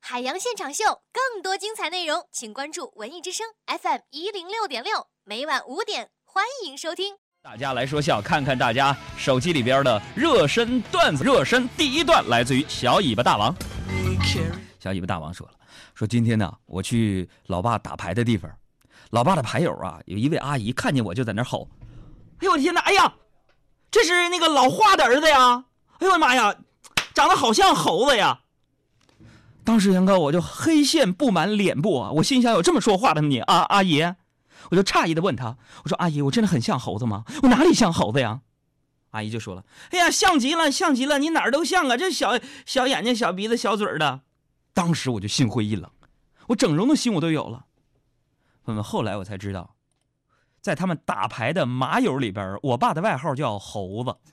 海洋现场秀，更多精彩内容，请关注文艺之声 FM106.6，每晚5点，欢迎收听。 大家来说笑，看看大家手机里边的热身段子。热身第一段来自于小尾巴大王。小尾巴大王说了，说今天呢，我去老爸打牌的地方，老爸的牌友啊，有一位阿姨看见我就在那吼：“哎呦我的天哪！哎呀，这是那个老华的儿子呀！哎呦我的妈呀，长得好像猴子呀！”当时杨哥我就黑线布满脸部啊，我心想有这么说话的你啊，阿姨？我就诧异的问他，我说阿姨，我真的很像猴子吗？我哪里像猴子呀？阿姨就说了，哎呀，像极了，像极了，你哪儿都像啊，这小眼睛、小鼻子、小嘴的。当时我就心灰意冷，我整容的心我都有了。问问后来我才知道，在他们打牌的麻友里边，我爸的外号叫猴子。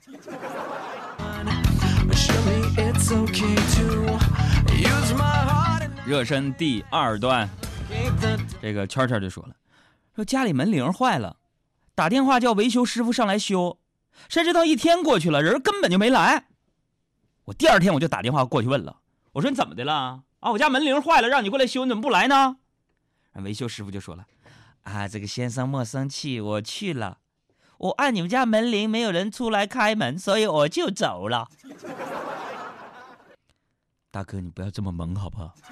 热身第二段，这个圈圈就说了，说家里门铃坏了，打电话叫维修师傅上来修，谁知道一天过去了，人根本就没来。我第二天我就打电话过去问了，我说你怎么的了啊？我家门铃坏了，让你过来修，你怎么不来呢？维修师傅就说了，啊，这个先生莫生气，我去了，我按你们家门铃没有人出来开门，所以我就走了。大哥，你不要这么萌好不好？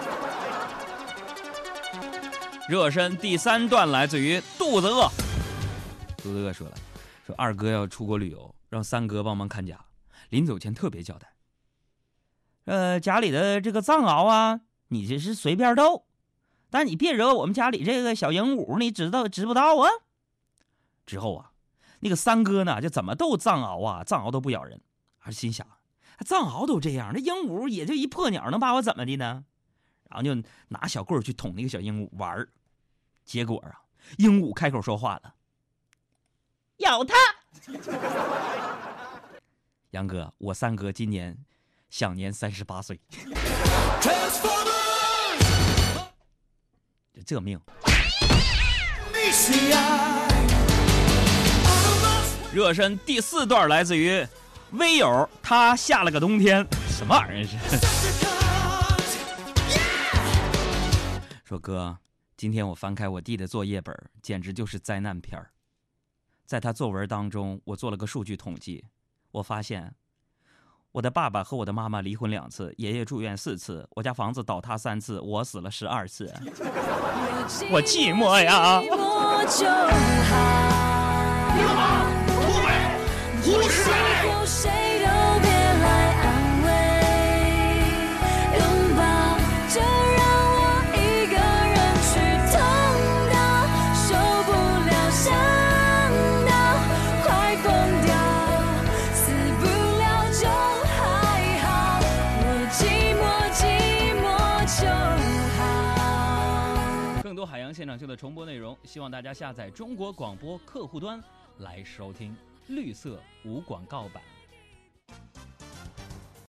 热身第三段来自于肚子饿。肚子饿说了，说二哥要出国旅游，让三哥帮忙看家，临走前特别交代，家里的这个藏獒啊，你这是随便逗，但你别惹我们家里这个小鹦鹉，你知不道啊？之后啊，那个三哥呢就怎么逗藏獒啊，藏獒都不咬人，还是心想藏獒都这样，那鹦鹉也就一破鸟，能把我怎么的呢？然后就拿小棍去捅那个小鹦鹉玩，结果啊，鹦鹉开口说话了，咬他。杨哥，我三哥今年享年38岁，这命。热身第四段来自于微友，他下了个冬天，什么玩意儿是？说哥，今天我翻开我弟的作业本，简直就是灾难片儿。在他作文当中，我做了个数据统计，我发现我的爸爸和我的妈妈离婚2次，爷爷住院4次，我家房子倒塌3次，我死了12次。我寂寞呀！ 不是谁都别来安慰，拥抱就让我一个人去痛到受不了，想到快疯掉，死不了就还好，我寂寞就好。 更多海洋现场秀的重播内容，希望大家下载中国广播客户端来收听。绿色无广告版。